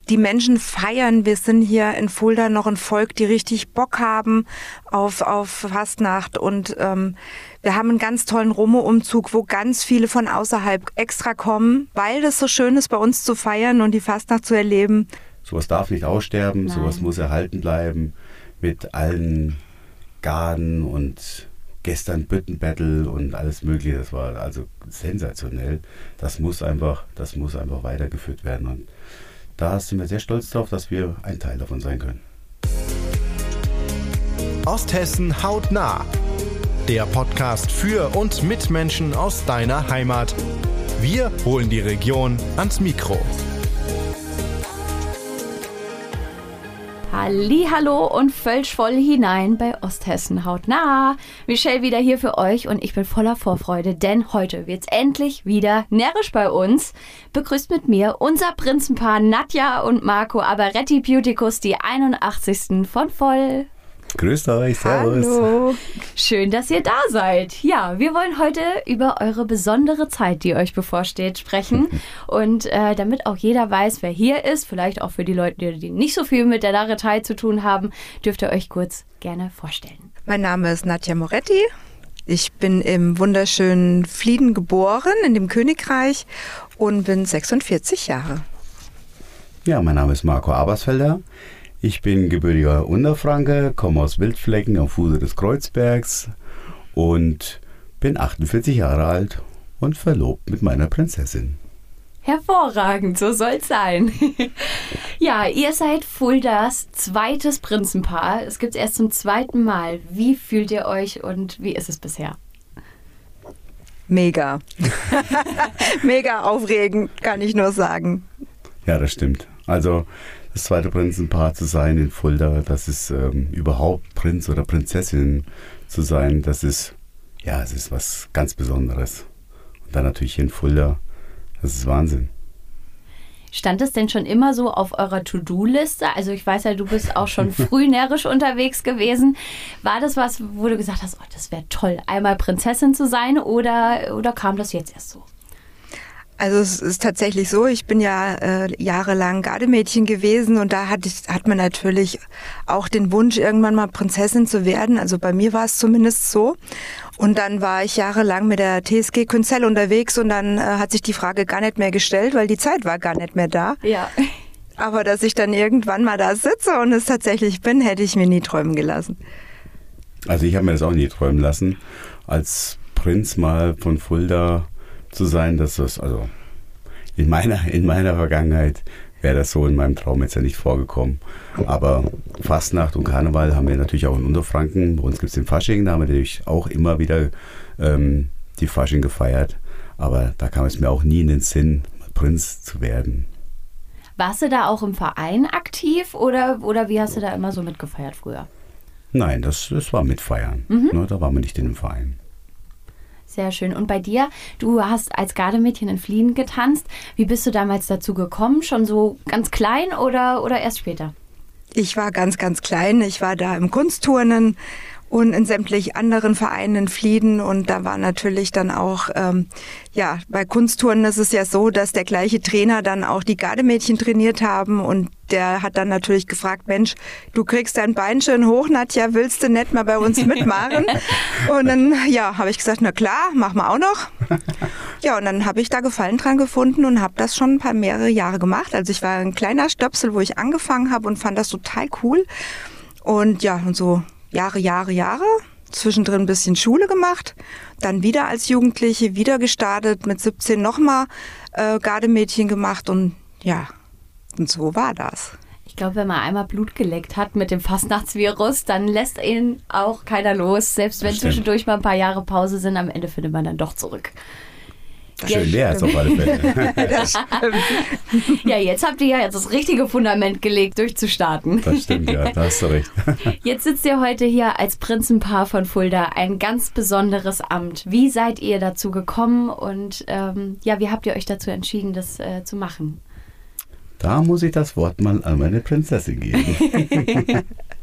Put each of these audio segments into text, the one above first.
die Menschen feiern. Wir sind hier in Fulda noch ein Volk, die richtig Bock haben auf Fastnacht. Und wir haben einen ganz tollen Rumme-Umzug, wo ganz viele von außerhalb extra kommen, weil das so schön ist, bei uns zu feiern und die Fastnacht zu erleben. Sowas darf nicht aussterben, Nein. Sowas muss erhalten bleiben mit allen Garden und gestern Büttenbattle und alles Mögliche. Das war also sensationell. Das muss einfach weitergeführt werden. Und da sind wir sehr stolz drauf, dass wir ein Teil davon sein können. Osthessen hautnah. Der Podcast für und mit Menschen aus deiner Heimat. Wir holen die Region ans Mikro. Hallihallo und völlig voll hinein bei Osthessen hautnah. Michelle wieder hier für euch und ich bin voller Vorfreude, denn heute wird's endlich wieder närrisch bei uns. Begrüßt mit mir unser Prinzenpaar Nadja und Marco Abaretti Beauticus, die 81. von Voll. Grüßt euch, servus. Hallo. Schön, dass ihr da seid. Ja, wir wollen heute über eure besondere Zeit, die euch bevorsteht, sprechen. Und damit auch jeder weiß, wer hier ist, vielleicht auch für die Leute, die nicht so viel mit der Narretei zu tun haben, dürft ihr euch kurz gerne vorstellen. Mein Name ist Nadja Moretti. Ich bin im wunderschönen Flieden geboren, in dem Königreich, und bin 46 Jahre. Ja, mein Name ist Marco Abersfelder. Ich bin gebürtiger Unterfranke, komme aus Wildflecken am Fuße des Kreuzbergs und bin 48 Jahre alt und verlobt mit meiner Prinzessin. Hervorragend, so soll's sein. Ja, ihr seid Fuldas zweites Prinzenpaar. Es gibt's erst zum zweiten Mal. Wie fühlt ihr euch und wie ist es bisher? Mega. Mega aufregend, kann ich nur sagen. Ja, das stimmt. Also das zweite Prinzenpaar zu sein in Fulda, das ist überhaupt Prinz oder Prinzessin zu sein, das ist, ja, es ist was ganz Besonderes. Und dann natürlich hier in Fulda, das ist Wahnsinn. Stand es denn schon immer so auf eurer To-Do-Liste? Also ich weiß ja, du bist auch schon früh närrisch unterwegs gewesen. War das was, wo du gesagt hast, oh, das wäre toll, einmal Prinzessin zu sein, oder kam das jetzt erst so? Also es ist tatsächlich so, ich bin ja jahrelang Gardemädchen gewesen und da hat man natürlich auch den Wunsch, irgendwann mal Prinzessin zu werden. Also bei mir war es zumindest so. Und dann war ich jahrelang mit der TSG Künzell unterwegs und dann hat sich die Frage gar nicht mehr gestellt, weil die Zeit war gar nicht mehr da. Ja. Aber dass ich dann irgendwann mal da sitze und es tatsächlich bin, hätte ich mir nie träumen gelassen. Also ich habe mir das auch nie träumen lassen, als Prinz mal von Fulda zu sein, dass das, also in meiner Vergangenheit wäre das so in meinem Traum jetzt ja nicht vorgekommen. Aber Fastnacht und Karneval haben wir natürlich auch in Unterfranken. Bei uns gibt es den Fasching, da haben wir natürlich auch immer wieder die Fasching gefeiert. Aber da kam es mir auch nie in den Sinn, Prinz zu werden. Warst du da auch im Verein aktiv oder wie hast du da immer so mitgefeiert früher? Nein, das war mitfeiern. Ne, da waren wir nicht in dem Verein. Sehr schön. Und bei dir, du hast als Gardemädchen in Flieden getanzt. Wie bist du damals dazu gekommen? Schon so ganz klein oder erst später? Ich war ganz, ganz klein. Ich war da im Kunstturnen und in sämtlich anderen Vereinen in Flieden. Und da war natürlich dann auch, bei Kunstturnen ist es ja so, dass der gleiche Trainer dann auch die Gardemädchen trainiert haben. Und der hat dann natürlich gefragt, Mensch, du kriegst dein Bein schön hoch, Nadja, willst du nicht mal bei uns mitmachen? Und dann, habe ich gesagt, na klar, machen wir auch noch. Ja, und dann habe ich da Gefallen dran gefunden und habe das schon mehrere Jahre gemacht. Also ich war ein kleiner Stöpsel, wo ich angefangen habe und fand das total cool. Und ja, und so Jahre, zwischendrin ein bisschen Schule gemacht, dann wieder als Jugendliche, wieder gestartet, mit 17 nochmal Gardemädchen gemacht und so war das. Ich glaube, wenn man einmal Blut geleckt hat mit dem Fastnachtsvirus, dann lässt ihn auch keiner los. Selbst wenn zwischendurch mal ein paar Jahre Pause sind, am Ende findet man dann doch zurück. Schön leer ist auf alle Fälle. Das stimmt. Ja, jetzt habt ihr ja das richtige Fundament gelegt, durchzustarten. Das stimmt, ja, da hast du recht. Jetzt sitzt ihr heute hier als Prinzenpaar von Fulda, ein ganz besonderes Amt. Wie seid ihr dazu gekommen und wie habt ihr euch dazu entschieden, das zu machen? Da muss ich das Wort mal an meine Prinzessin geben.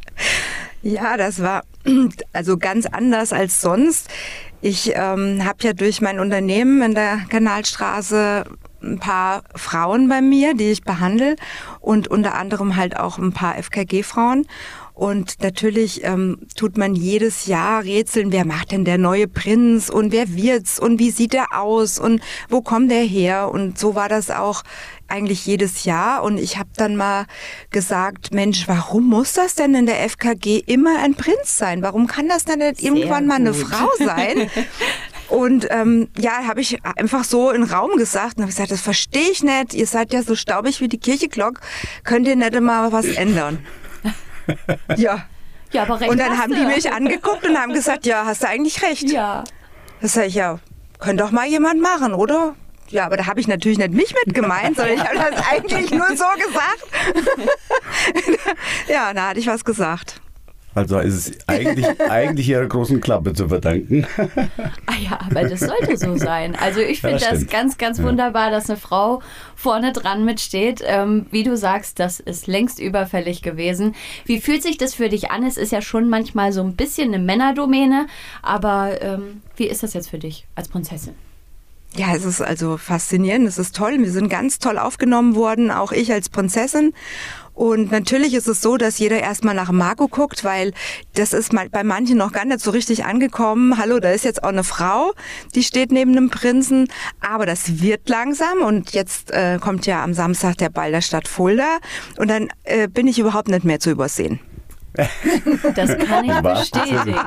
Ja, das war also ganz anders als sonst. Ich habe ja durch mein Unternehmen in der Kanalstraße ein paar Frauen bei mir, die ich behandle und unter anderem halt auch ein paar FKG-Frauen. Und natürlich tut man jedes Jahr rätseln, wer macht denn der neue Prinz und wer wird's und wie sieht der aus und wo kommt der her? Und so war das auch eigentlich jedes Jahr. Und ich habe dann mal gesagt, Mensch, warum muss das denn in der FKG immer ein Prinz sein? Warum kann das denn nicht irgendwann mal eine Frau sein? Und habe ich einfach so in den Raum gesagt und habe gesagt, das verstehe ich nicht. Ihr seid ja so staubig wie die Kircheglock. Könnt ihr nicht mal was ändern? Ja. Ja, aber recht. Und dann haben die mich angeguckt und haben gesagt, ja, hast du eigentlich recht. Ja. Das sag ich, ja, könnte doch mal jemand machen, oder? Ja, aber da habe ich natürlich nicht mich mit gemeint, sondern ich habe das eigentlich nur so gesagt. Ja, da hatte ich was gesagt. Also ist es eigentlich ihrer großen Klappe zu verdanken. Ah ja, aber das sollte so sein. Also ich finde das ganz, ganz wunderbar, dass eine Frau vorne dran mitsteht. Wie du sagst, das ist längst überfällig gewesen. Wie fühlt sich das für dich an? Es ist ja schon manchmal so ein bisschen eine Männerdomäne, aber wie ist das jetzt für dich als Prinzessin? Ja, es ist also faszinierend, es ist toll. Wir sind ganz toll aufgenommen worden, auch ich als Prinzessin. Und natürlich ist es so, dass jeder erstmal nach Marco guckt, weil das ist bei manchen noch gar nicht so richtig angekommen. Hallo, da ist jetzt auch eine Frau, die steht neben einem Prinzen. Aber das wird langsam und jetzt kommt ja am Samstag der Ball der Stadt Fulda und dann bin ich überhaupt nicht mehr zu übersehen. Das kann ich bestätigen.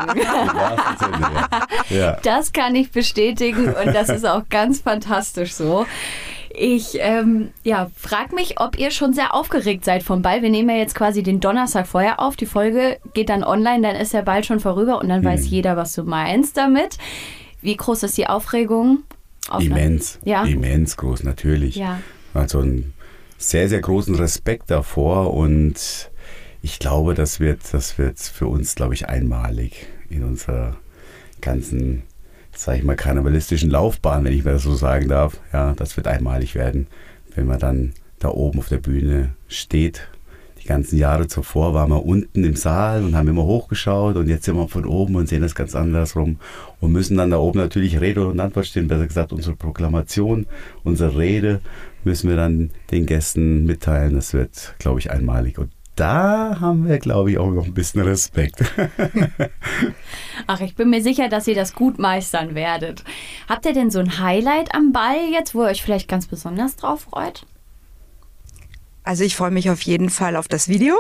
Ja. Das kann ich bestätigen und das ist auch ganz fantastisch so. Ich frage mich, ob ihr schon sehr aufgeregt seid vom Ball. Wir nehmen ja jetzt quasi den Donnerstag vorher auf. Die Folge geht dann online, dann ist der Ball schon vorüber und dann weiß jeder, was du meinst damit. Wie groß ist die Aufregung? Immens, ja? Immens groß, natürlich. Ja. Also einen sehr, sehr großen Respekt davor und ich glaube, das wird für uns, glaube ich, einmalig in unserer ganzen, sage ich mal, karnevalistischen Laufbahn, wenn ich mir das so sagen darf. Ja, das wird einmalig werden, wenn man dann da oben auf der Bühne steht. Die ganzen Jahre zuvor waren wir unten im Saal und haben immer hochgeschaut und jetzt sind wir von oben und sehen das ganz andersrum und müssen dann da oben natürlich Rede und Antwort stehen, besser gesagt unsere Proklamation, unsere Rede müssen wir dann den Gästen mitteilen. Das wird, glaube ich, einmalig und da haben wir, glaube ich, auch noch ein bisschen Respekt. Ach, ich bin mir sicher, dass ihr das gut meistern werdet. Habt ihr denn so ein Highlight am Ball jetzt, wo ihr euch vielleicht ganz besonders drauf freut? Also ich freue mich auf jeden Fall auf das Video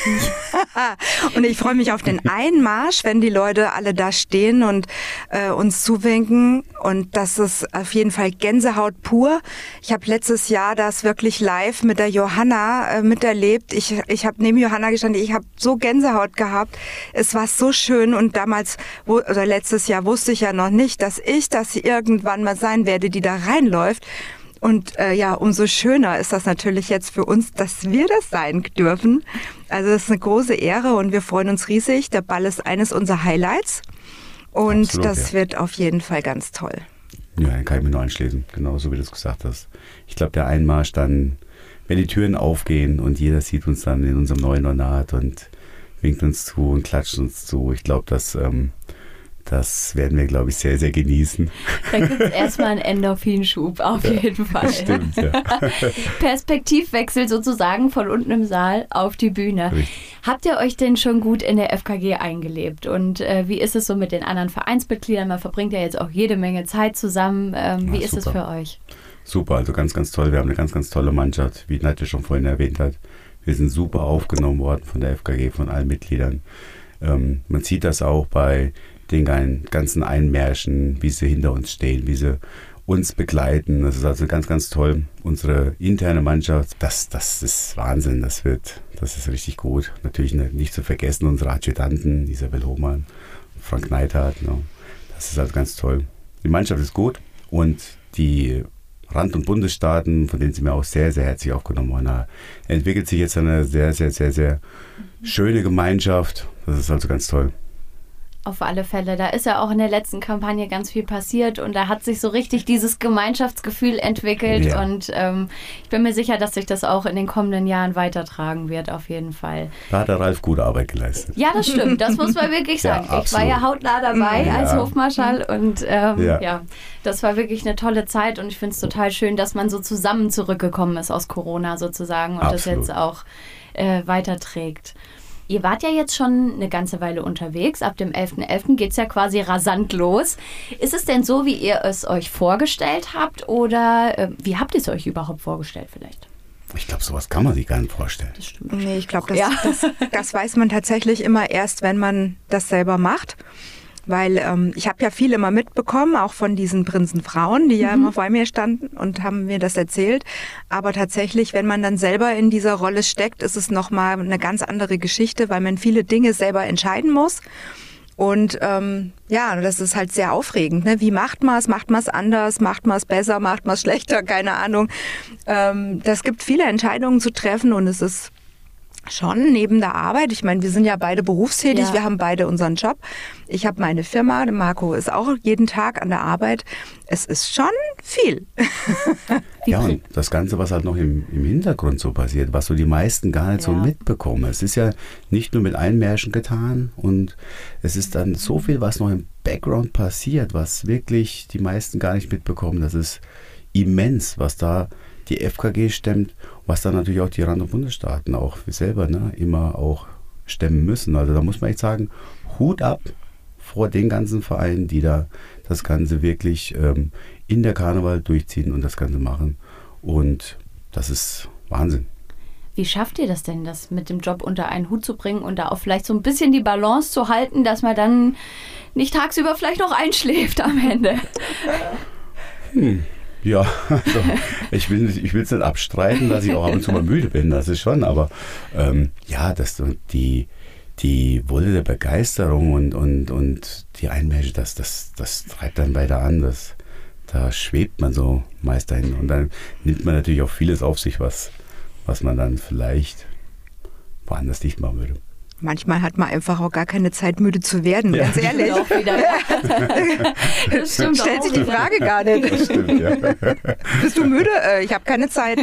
und ich freue mich auf den Einmarsch, wenn die Leute alle da stehen und uns zuwinken und das ist auf jeden Fall Gänsehaut pur. Ich habe letztes Jahr das wirklich live mit der Johanna miterlebt. Ich habe neben Johanna gestanden, ich habe so Gänsehaut gehabt. Es war so schön und damals, oder letztes Jahr wusste ich ja noch nicht, dass ich das irgendwann mal sein werde, die da reinläuft. Und umso schöner ist das natürlich jetzt für uns, dass wir das sein dürfen. Also das ist eine große Ehre und wir freuen uns riesig. Der Ball ist eines unserer Highlights und absolut, das wird auf jeden Fall ganz toll. Ja, dann kann ich mir nur anschließen, genauso wie du es gesagt hast. Ich glaube, der Einmarsch dann, wenn die Türen aufgehen und jeder sieht uns dann in unserem neuen Ornat und winkt uns zu und klatscht uns zu. Ich glaube, das werden wir, glaube ich, sehr, sehr genießen. Da gibt es erstmal einen Endorphinschub, auf jeden Fall. Stimmt, ja. Perspektivwechsel sozusagen von unten im Saal auf die Bühne. Richtig. Habt ihr euch denn schon gut in der FKG eingelebt? Und wie ist es so mit den anderen Vereinsmitgliedern? Man verbringt ja jetzt auch jede Menge Zeit zusammen. Wie ist es für euch? Super, also ganz, ganz toll. Wir haben eine ganz, ganz tolle Mannschaft, wie Nadja schon vorhin erwähnt hat. Wir sind super aufgenommen worden von der FKG, von allen Mitgliedern. Man sieht das auch bei den ganzen Einmärschen, wie sie hinter uns stehen, wie sie uns begleiten. Das ist also ganz, ganz toll. Unsere interne Mannschaft, das ist Wahnsinn. Das ist richtig gut. Natürlich nicht zu vergessen unsere Adjutanten, Isabel Hohmann, Frank Neidhardt. Ne? Das ist also ganz toll. Die Mannschaft ist gut und die Rand- und Bundesstaaten, von denen sind wir auch sehr, sehr herzlich aufgenommen worden. Da entwickelt sich jetzt eine sehr, sehr, sehr, sehr schöne Gemeinschaft. Das ist also ganz toll. Auf alle Fälle. Da ist ja auch in der letzten Kampagne ganz viel passiert und da hat sich so richtig dieses Gemeinschaftsgefühl entwickelt und ich bin mir sicher, dass sich das auch in den kommenden Jahren weitertragen wird, auf jeden Fall. Da hat der Ralf gute Arbeit geleistet. Ja, das stimmt. Das muss man wirklich sagen. Ich war ja hautnah dabei als Hofmarschall und das war wirklich eine tolle Zeit und ich finde es total schön, dass man so zusammen zurückgekommen ist aus Corona sozusagen und das jetzt auch weiterträgt. Ihr wart ja jetzt schon eine ganze Weile unterwegs. Ab dem 11.11. geht es ja quasi rasant los. Ist es denn so, wie ihr es euch vorgestellt habt oder wie habt ihr es euch überhaupt vorgestellt vielleicht? Ich glaube, sowas kann man sich gar nicht vorstellen. Das stimmt. Nee, ich glaube, das weiß man tatsächlich immer erst, wenn man das selber macht. Weil ich habe ja viel immer mitbekommen, auch von diesen Prinzenfrauen, die ja immer vor mir standen und haben mir das erzählt. Aber tatsächlich, wenn man dann selber in dieser Rolle steckt, ist es nochmal eine ganz andere Geschichte, weil man viele Dinge selber entscheiden muss. Und das ist halt sehr aufregend. Ne? Wie macht man es? Macht man es anders? Macht man es besser? Macht man es schlechter? Keine Ahnung. Das gibt viele Entscheidungen zu treffen und es ist schon neben der Arbeit. Ich meine, wir sind ja beide berufstätig, wir haben beide unseren Job. Ich habe meine Firma, der Marco ist auch jeden Tag an der Arbeit. Es ist schon viel. Ja, und das Ganze, was halt noch im Hintergrund so passiert, was so die meisten gar nicht so mitbekommen. Es ist ja nicht nur mit Einmärschen getan und es ist dann so viel, was noch im Background passiert, was wirklich die meisten gar nicht mitbekommen. Das ist immens, was da die FKG stemmt, was dann natürlich auch die Rand- und Bundesstaaten auch selber immer auch stemmen müssen. Also da muss man echt sagen, Hut ab vor den ganzen Vereinen, die da das Ganze wirklich in der Karneval durchziehen und das Ganze machen. Und das ist Wahnsinn. Wie schafft ihr das denn, das mit dem Job unter einen Hut zu bringen und da auch vielleicht so ein bisschen die Balance zu halten, dass man dann nicht tagsüber vielleicht noch einschläft am Ende? Ja, also ich will es nicht abstreiten, dass ich auch ab und zu mal müde bin, das ist schon, aber die Wolle der Begeisterung und die Einmärsche, das treibt dann weiter an, da schwebt man so meist dahin und dann nimmt man natürlich auch vieles auf sich, was man dann vielleicht woanders nicht machen würde. Manchmal hat man einfach auch gar keine Zeit, müde zu werden, ganz ehrlich. Auch wieder. Das stimmt. Stellt sich die Frage gar nicht. Das stimmt, ja. Bist du müde? Ich habe keine Zeit.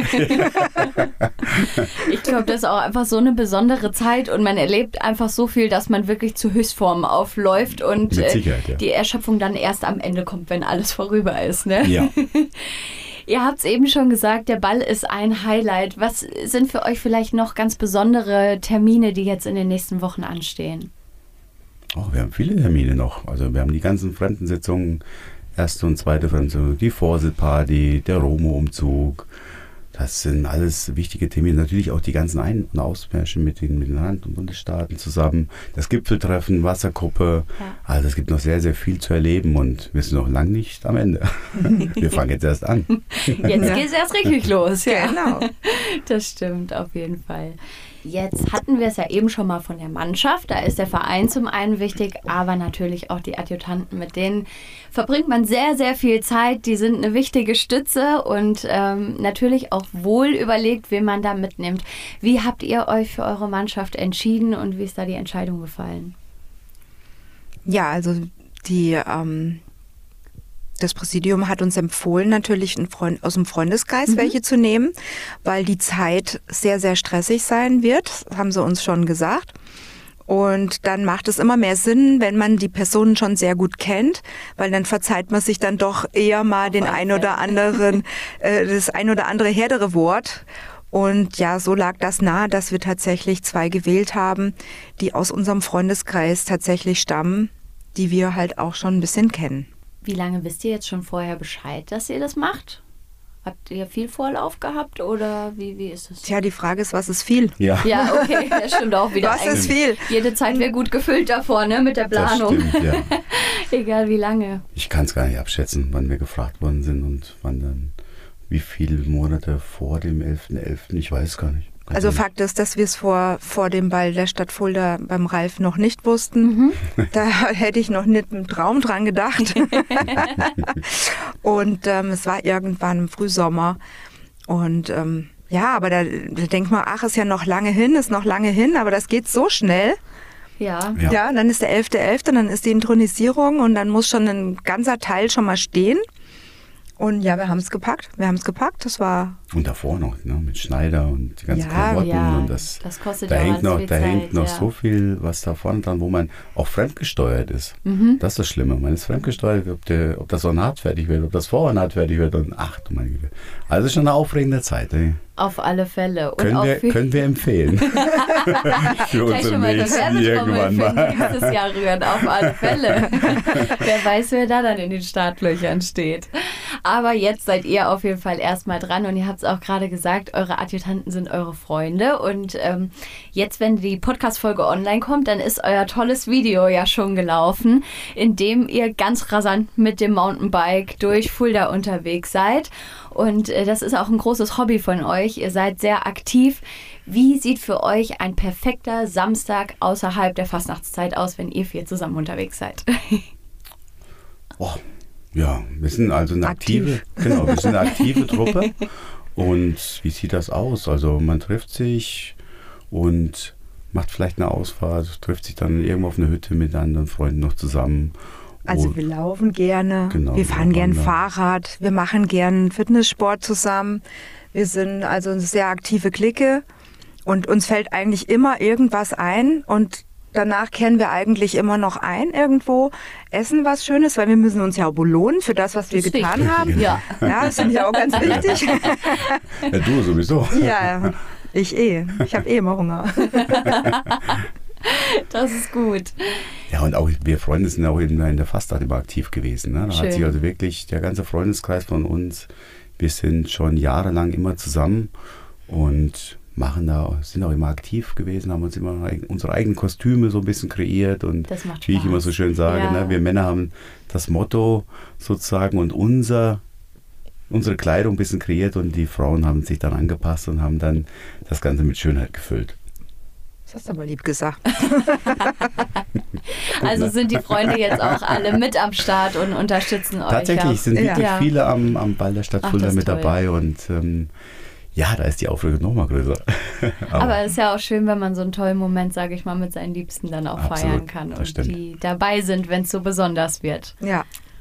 Ich glaube, das ist auch einfach so eine besondere Zeit und man erlebt einfach so viel, dass man wirklich zu Höchstformen aufläuft und mit Sicherheit, die Erschöpfung dann erst am Ende kommt, wenn alles vorüber ist. Ne? Ja. Ihr habt es eben schon gesagt, der Ball ist ein Highlight. Was sind für euch vielleicht noch ganz besondere Termine, die jetzt in den nächsten Wochen anstehen? Oh, wir haben viele Termine noch. Also wir haben die ganzen Fremdensitzungen, erste und zweite Fremdensitzung, die Vorsitzparty, der Romo-Umzug. Das sind alles wichtige Termine. Natürlich auch die ganzen Ein- und Ausmärsche mit den Land- und Bundesstaaten zusammen. Das Gipfeltreffen, Wasserkuppe. Ja. Also es gibt noch sehr, sehr viel zu erleben und wir sind noch lange nicht am Ende. Wir fangen jetzt erst an. Jetzt geht es erst richtig los. Ja. Genau. Das stimmt auf jeden Fall. Jetzt hatten wir es ja eben schon mal von der Mannschaft. Da ist der Verein zum einen wichtig, aber natürlich auch die Adjutanten. Mit denen verbringt man sehr, sehr viel Zeit. Die sind eine wichtige Stütze und natürlich auch wohl überlegt, wen man da mitnimmt. Wie habt ihr euch für eure Mannschaft entschieden und wie ist da die Entscheidung gefallen? Ja, also das Präsidium hat uns empfohlen, natürlich aus dem Freundeskreis welche zu nehmen, weil die Zeit sehr, sehr stressig sein wird, haben sie uns schon gesagt. Und dann macht es immer mehr Sinn, wenn man die Personen schon sehr gut kennt, weil dann verzeiht man sich dann doch eher mal den ein oder anderen, das ein oder andere härtere Wort. Und ja, so lag das nahe, dass wir tatsächlich 2 gewählt haben, die aus unserem Freundeskreis tatsächlich stammen, die wir halt auch schon ein bisschen kennen. Wie lange wisst ihr jetzt schon vorher Bescheid, dass ihr das macht? Habt ihr viel Vorlauf gehabt oder wie ist das? Tja, die Frage ist, was ist viel? Ja, okay, das stimmt auch wieder. Was ist viel? Jede Zeit wäre gut gefüllt davor, ne, mit der Planung. Das stimmt, ja. Egal wie lange. Ich kann es gar nicht abschätzen, wann wir gefragt worden sind und wann dann, wie viele Monate vor dem 11.11., ich weiß es gar nicht. Also Fakt ist, dass wir es vor dem Ball der Stadt Fulda beim Ralf noch nicht wussten. Da hätte ich noch nicht im Traum dran gedacht. Und es war irgendwann im Frühsommer. Und aber da denkt man, ach, ist ja noch lange hin, aber das geht so schnell. Ja. Ja, dann ist der 11.11., dann ist die Inthronisierung und dann muss schon ein ganzer Teil schon mal stehen. Und ja, wir haben es gepackt. Das war... Und davor noch, ne, mit Schneider und die ganzen Klamotten. Ja, und das kostet da ja hängt noch, viel da hängt Zeit, noch ja. so viel, was da vorne dran, wo man auch fremdgesteuert ist. Das ist das Schlimme. Man ist fremdgesteuert, ob das Ornat fertig wird, ob das Vorornat fertig wird. Und ach du meine Güte. Also schon eine aufregende Zeit. Ey. Auf alle Fälle. Und Können wir empfehlen. Für gleich unsere schon mal nächsten eine irgendwann Werbetrommel mal. für nächstes Jahr rühren, auf alle Fälle. Wer weiß, wer da dann in den Startlöchern steht. Aber jetzt seid ihr auf jeden Fall erstmal dran und ihr habt es auch gerade gesagt, eure Adjutanten sind eure Freunde und jetzt, wenn die Podcast-Folge online kommt, dann ist euer tolles Video ja schon gelaufen, in dem ihr ganz rasant mit dem Mountainbike durch Fulda unterwegs seid. Und das ist auch ein großes Hobby von euch. Ihr seid sehr aktiv. Wie sieht für euch ein perfekter Samstag außerhalb der Fastnachtszeit aus, wenn ihr 4 zusammen unterwegs seid? Oh, ja, wir sind also eine aktive Truppe. Und wie sieht das aus? Also man trifft sich und macht vielleicht eine Ausfahrt, trifft sich dann irgendwo auf eine Hütte mit anderen Freunden noch zusammen. Also wir laufen gerne, Genau, wir fahren gern wandern. Fahrrad, wir machen gern Fitnesssport zusammen. Wir sind also eine sehr aktive Clique und uns fällt eigentlich immer irgendwas ein und danach kehren wir eigentlich immer noch ein irgendwo, essen was Schönes, weil wir müssen uns ja auch belohnen für das, was wir Das ist getan wichtig. haben. Ja. Ja, das finde ich auch ganz wichtig. Ja, du sowieso. Ja, ich habe immer Hunger. Das ist gut. Ja, und auch wir Freunde sind auch in der Fastnacht immer aktiv gewesen. Ne? Da Schön. hat sich also wirklich der ganze Freundeskreis von uns, wir sind schon jahrelang immer zusammen und sind auch immer aktiv gewesen, haben uns immer unsere eigenen Kostüme so ein bisschen kreiert und Das macht wie ich Spaß. immer so schön sage, Ja. ne? Wir Männer haben das Motto sozusagen und unsere Kleidung ein bisschen kreiert und die Frauen haben sich dann angepasst und haben dann das Ganze mit Schönheit gefüllt. Das hast du aber lieb gesagt. Also sind die Freunde jetzt auch alle mit am Start und unterstützen euch. Tatsächlich sind wirklich Ja. viele am Ball der Stadt Ach, Fulda das ist mit toll. dabei und ja, da ist die Aufregung noch mal größer. Aber es ist ja auch schön, wenn man so einen tollen Moment, sage ich mal, mit seinen Liebsten dann auch Absolut, feiern kann das und stimmt. die dabei sind, wenn es so besonders wird. Ja.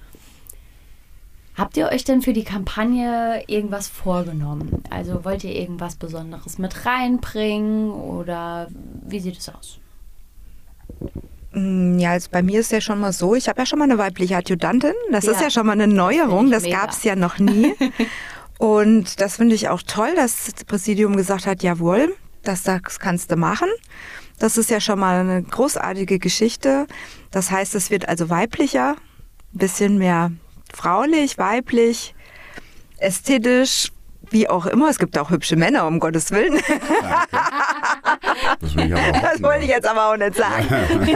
Habt ihr euch denn für die Kampagne irgendwas vorgenommen? Also wollt ihr irgendwas Besonderes mit reinbringen oder wie sieht es aus? Ja, also bei mir ist ja schon mal so, ich habe ja schon mal eine weibliche Adjutantin. Das Ja. ist ja schon mal eine Neuerung, Finde das ich mega. gab es ja noch nie. Und das finde ich auch toll, dass das Präsidium gesagt hat, jawohl, das kannst du machen. Das ist ja schon mal eine großartige Geschichte. Das heißt, es wird also weiblicher, ein bisschen mehr fraulich, weiblich, ästhetisch, wie auch immer. Es gibt auch hübsche Männer, um Gottes Willen. Das will ich aber auch Das wollte ich jetzt aber auch nicht sagen.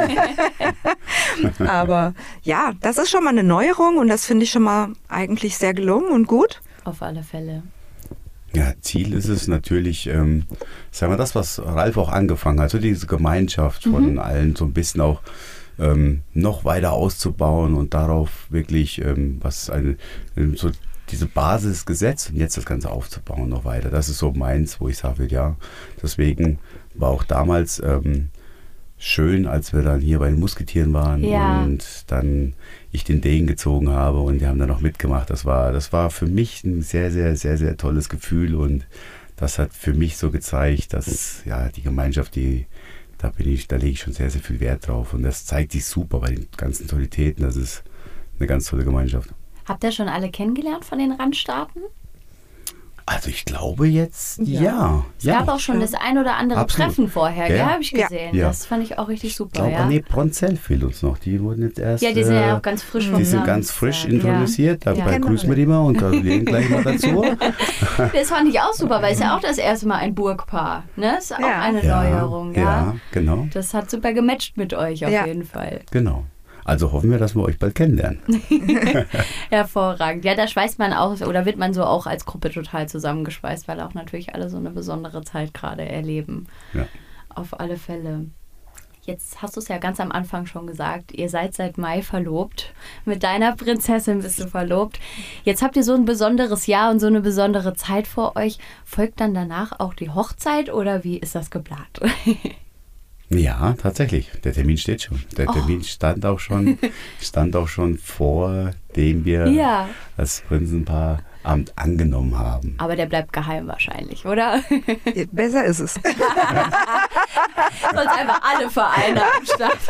Aber ja, das ist schon mal eine Neuerung und das finde ich schon mal eigentlich sehr gelungen und gut. Auf alle Fälle. Ja, Ziel ist es natürlich, sagen wir das, was Ralf auch angefangen hat, so diese Gemeinschaft von allen so ein bisschen auch noch weiter auszubauen und darauf wirklich so diese Basis gesetzt und jetzt das Ganze aufzubauen noch weiter. Das ist so meins, wo ich sage, ja, deswegen war auch damals schön, als wir dann hier bei den Musketieren waren Ja. und dann ich den Degen gezogen habe und die haben dann auch mitgemacht. Das war für mich ein sehr, sehr, sehr, sehr tolles Gefühl und das hat für mich so gezeigt, dass ja die Gemeinschaft, da lege ich schon sehr, sehr viel Wert drauf und das zeigt sich super bei den ganzen Totalitäten. Das ist eine ganz tolle Gemeinschaft. Habt ihr schon alle kennengelernt von den Randstaaten? Also ich glaube jetzt, ja. Es gab auch schon das ein oder andere Absolut. Treffen vorher, Ja. gell? Habe ich gesehen. Ja. Das fand ich auch richtig super, Ich glaube, ja. nee, Bronzell fehlt uns noch. Die wurden jetzt erst. Ja, die sind ja auch ganz frisch vom Die sind Namen. ganz frisch Ja. intronisiert. Ja. Dabei Ja. grüßen wir die mal und gratulieren gleich mal dazu. Das fand ich auch super, weil es ja auch das erste Mal ein Burgpaar. Ne? Ist auch Ja. eine Neuerung, ja. Ja, genau. Das hat super gematcht mit euch auf Ja. jeden Fall. Genau. Also hoffen wir, dass wir euch bald kennenlernen. Hervorragend. Ja, da schweißt man auch, oder wird man so auch als Gruppe total zusammengeschweißt, weil auch natürlich alle so eine besondere Zeit gerade erleben. Ja. Auf alle Fälle. Jetzt hast du es ja ganz am Anfang schon gesagt, ihr seid seit Mai verlobt. Mit deiner Prinzessin bist du verlobt. Jetzt habt ihr so ein besonderes Jahr und so eine besondere Zeit vor euch. Folgt dann danach auch die Hochzeit oder wie ist das geplant? Ja, tatsächlich. Der Termin steht schon. Der Termin stand auch schon vor dem wir das Prinzenpaar Amt angenommen haben. Aber der bleibt geheim wahrscheinlich, oder? Besser ist es. Sonst einfach alle Vereine am Start.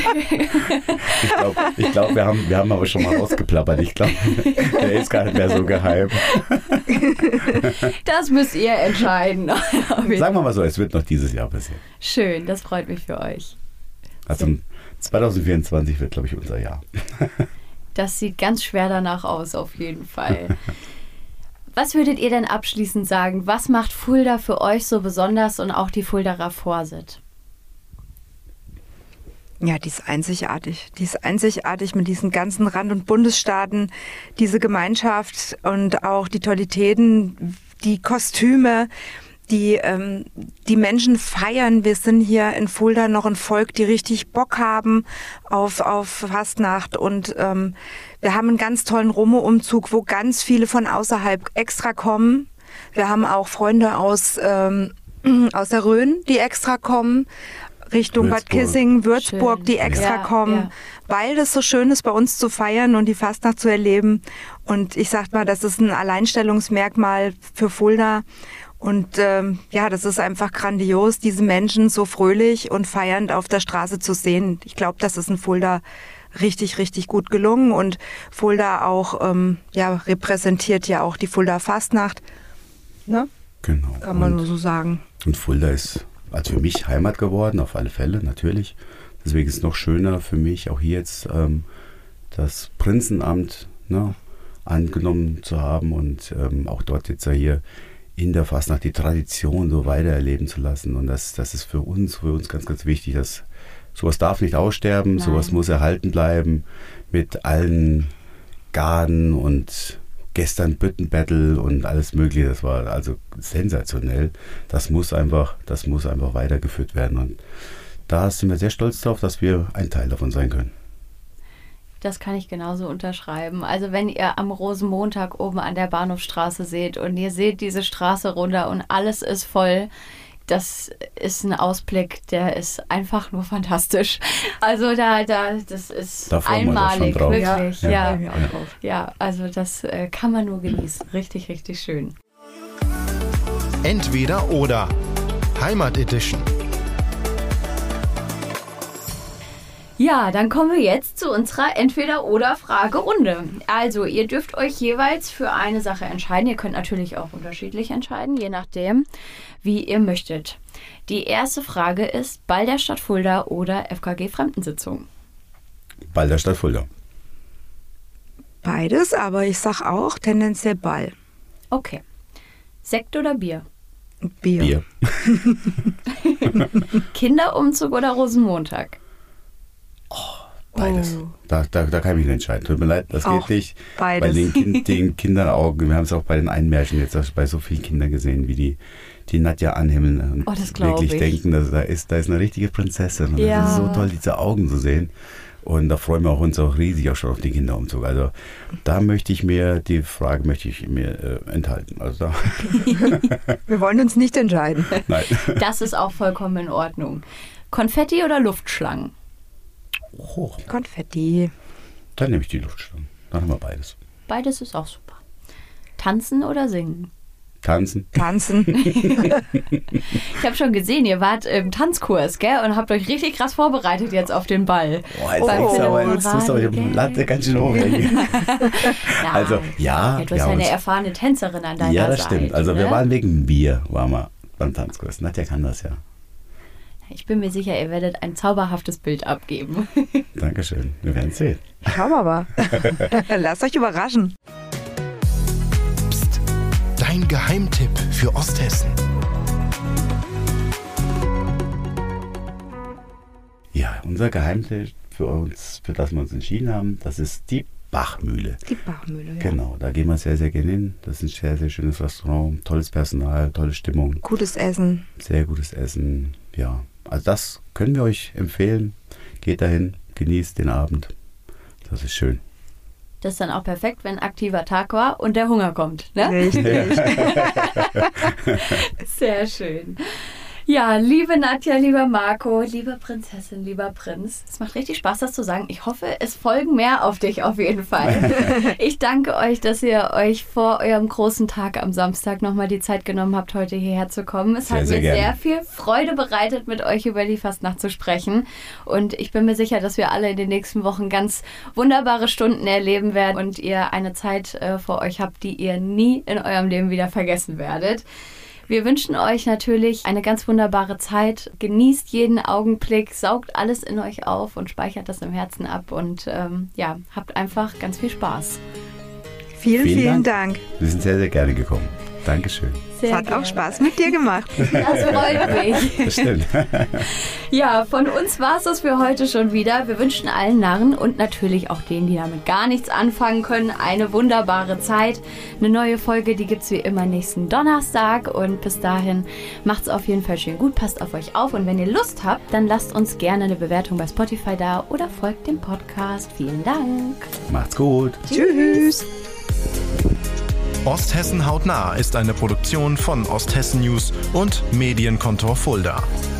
Ich glaube, wir haben aber schon mal rausgeplappert. Ich glaube, der ist gar nicht mehr so geheim. Das müsst ihr entscheiden. Sagen wir mal so, es wird noch dieses Jahr passieren. Schön, das freut mich für euch. Also 2024 wird, glaube ich, unser Jahr. Das sieht ganz schwer danach aus, auf jeden Fall. Was würdet ihr denn abschließend sagen? Was macht Fulda für euch so besonders und auch die Fuldaer Vorsit? Ja, die ist einzigartig. Die ist einzigartig mit diesen ganzen Rand- und Bundesstaaten, diese Gemeinschaft und auch die Toiletten, die Kostüme, die Menschen feiern. Wir sind hier in Fulda noch ein Volk, die richtig Bock haben auf Fastnacht und wir haben einen ganz tollen Rome-Umzug, wo ganz viele von außerhalb extra kommen. Wir haben auch Freunde aus der Rhön, die extra kommen, Richtung Bad Kissingen, Würzburg, die extra kommen, weil das so schön ist, bei uns zu feiern und die Fastnacht zu erleben. Und ich sag mal, das ist ein Alleinstellungsmerkmal für Fulda. Und das ist einfach grandios, diese Menschen so fröhlich und feiernd auf der Straße zu sehen. Ich glaube, das ist in Fulda richtig, richtig gut gelungen. Und Fulda auch repräsentiert ja auch die Fulda Fastnacht. Ne? Genau. Kann man nur so sagen. Und Fulda ist also für mich Heimat geworden, auf alle Fälle, natürlich. Deswegen ist es noch schöner für mich, auch hier jetzt das Prinzenamt angenommen zu haben und auch dort jetzt hier in der Fastnacht die Tradition so weitererleben zu lassen. Und das ist für uns ganz, ganz wichtig. Dass sowas darf nicht aussterben, sowas muss erhalten bleiben mit allen Garden und gestern Büttenbattle und alles Mögliche. Das war also sensationell. Das muss einfach weitergeführt werden. Und da sind wir sehr stolz drauf, dass wir ein Teil davon sein können. Das kann ich genauso unterschreiben. Also wenn ihr am Rosenmontag oben an der Bahnhofstraße seht und ihr seht diese Straße runter und alles ist voll, das ist ein Ausblick, der ist einfach nur fantastisch. Also das ist einmalig, wirklich. Ja, also das kann man nur genießen. Richtig, richtig schön. Entweder oder. Heimat Edition. Ja, dann kommen wir jetzt zu unserer Entweder-oder-Fragerunde. Also, ihr dürft euch jeweils für eine Sache entscheiden. Ihr könnt natürlich auch unterschiedlich entscheiden, je nachdem, wie ihr möchtet. Die erste Frage ist: Ball der Stadt Fulda oder FKG Fremdensitzung? Ball der Stadt Fulda. Beides, aber ich sag auch tendenziell Ball. Okay. Sekt oder Bier? Bier. Kinderumzug oder Rosenmontag? Beides. Da kann ich mich nicht entscheiden. Tut mir leid, das auch geht nicht. Beides. Bei den Kinderaugen, wir haben es auch bei den Einmärchen jetzt bei so vielen Kindern gesehen, wie die Nadja anhimmeln und das wirklich ich. denken, dass da ist eine richtige Prinzessin. Und das ist so toll, diese Augen zu sehen. Und da freuen wir uns auch riesig auch schon auf den Kinderumzug. Also da möchte ich mir enthalten. Also da. Wir wollen uns nicht entscheiden. Nein. Das ist auch vollkommen in Ordnung. Konfetti oder Luftschlangen? Oh. Konfetti. Dann nehme ich die Luftschlangen. Dann haben wir beides. Beides ist auch super. Tanzen oder singen? Tanzen. Ich habe schon gesehen, ihr wart im Tanzkurs, gell? Und habt euch richtig krass vorbereitet jetzt auf den Ball. Jetzt ist aber die Latte ganz schön hoch. Also, du hast ja eine erfahrene Tänzerin an deiner Seite. Ja, das stimmt. Also wir waren wegen Bier, beim Tanzkurs. Nadja kann das ja. Ich bin mir sicher, ihr werdet ein zauberhaftes Bild abgeben. Dankeschön. Wir werden sehen. Schauen wir mal. Lasst euch überraschen. Psst. Dein Geheimtipp für Osthessen. Ja, unser Geheimtipp für das wir uns entschieden haben, das ist die Bachmühle. Die Bachmühle, ja. Genau, da gehen wir sehr, sehr gerne hin. Das ist ein sehr, sehr schönes Restaurant, tolles Personal, tolle Stimmung. Gutes Essen. Sehr gutes Essen, ja. Also das können wir euch empfehlen. Geht dahin, genießt den Abend. Das ist schön. Das ist dann auch perfekt, wenn ein aktiver Tag war und der Hunger kommt, ne? Richtig. Sehr schön. Ja, liebe Nadja, lieber Marco, liebe Prinzessin, lieber Prinz. Es macht richtig Spaß, das zu sagen. Ich hoffe, es folgen mehr auf dich auf jeden Fall. Ich danke euch, dass ihr euch vor eurem großen Tag am Samstag nochmal die Zeit genommen habt, heute hierher zu kommen. Es hat mir sehr viel Freude bereitet, mit euch über die Fastnacht zu sprechen. Und ich bin mir sicher, dass wir alle in den nächsten Wochen ganz wunderbare Stunden erleben werden und ihr eine Zeit vor euch habt, die ihr nie in eurem Leben wieder vergessen werdet. Wir wünschen euch natürlich eine ganz wunderbare Zeit. Genießt jeden Augenblick, saugt alles in euch auf und speichert das im Herzen ab und habt einfach ganz viel Spaß. Vielen Dank. Wir sind sehr, sehr gerne gekommen. Dankeschön. Es hat auch Spaß mit dir gemacht. Das freut mich. Das stimmt. Ja, von uns war es das für heute schon wieder. Wir wünschen allen Narren und natürlich auch denen, die damit gar nichts anfangen können, eine wunderbare Zeit. Eine neue Folge, die gibt es wie immer nächsten Donnerstag. Und bis dahin macht's auf jeden Fall schön gut, passt auf euch auf. Und wenn ihr Lust habt, dann lasst uns gerne eine Bewertung bei Spotify da oder folgt dem Podcast. Vielen Dank. Macht's gut. Tschüss. Osthessen hautnah ist eine Produktion von Osthessen News und Medienkontor Fulda.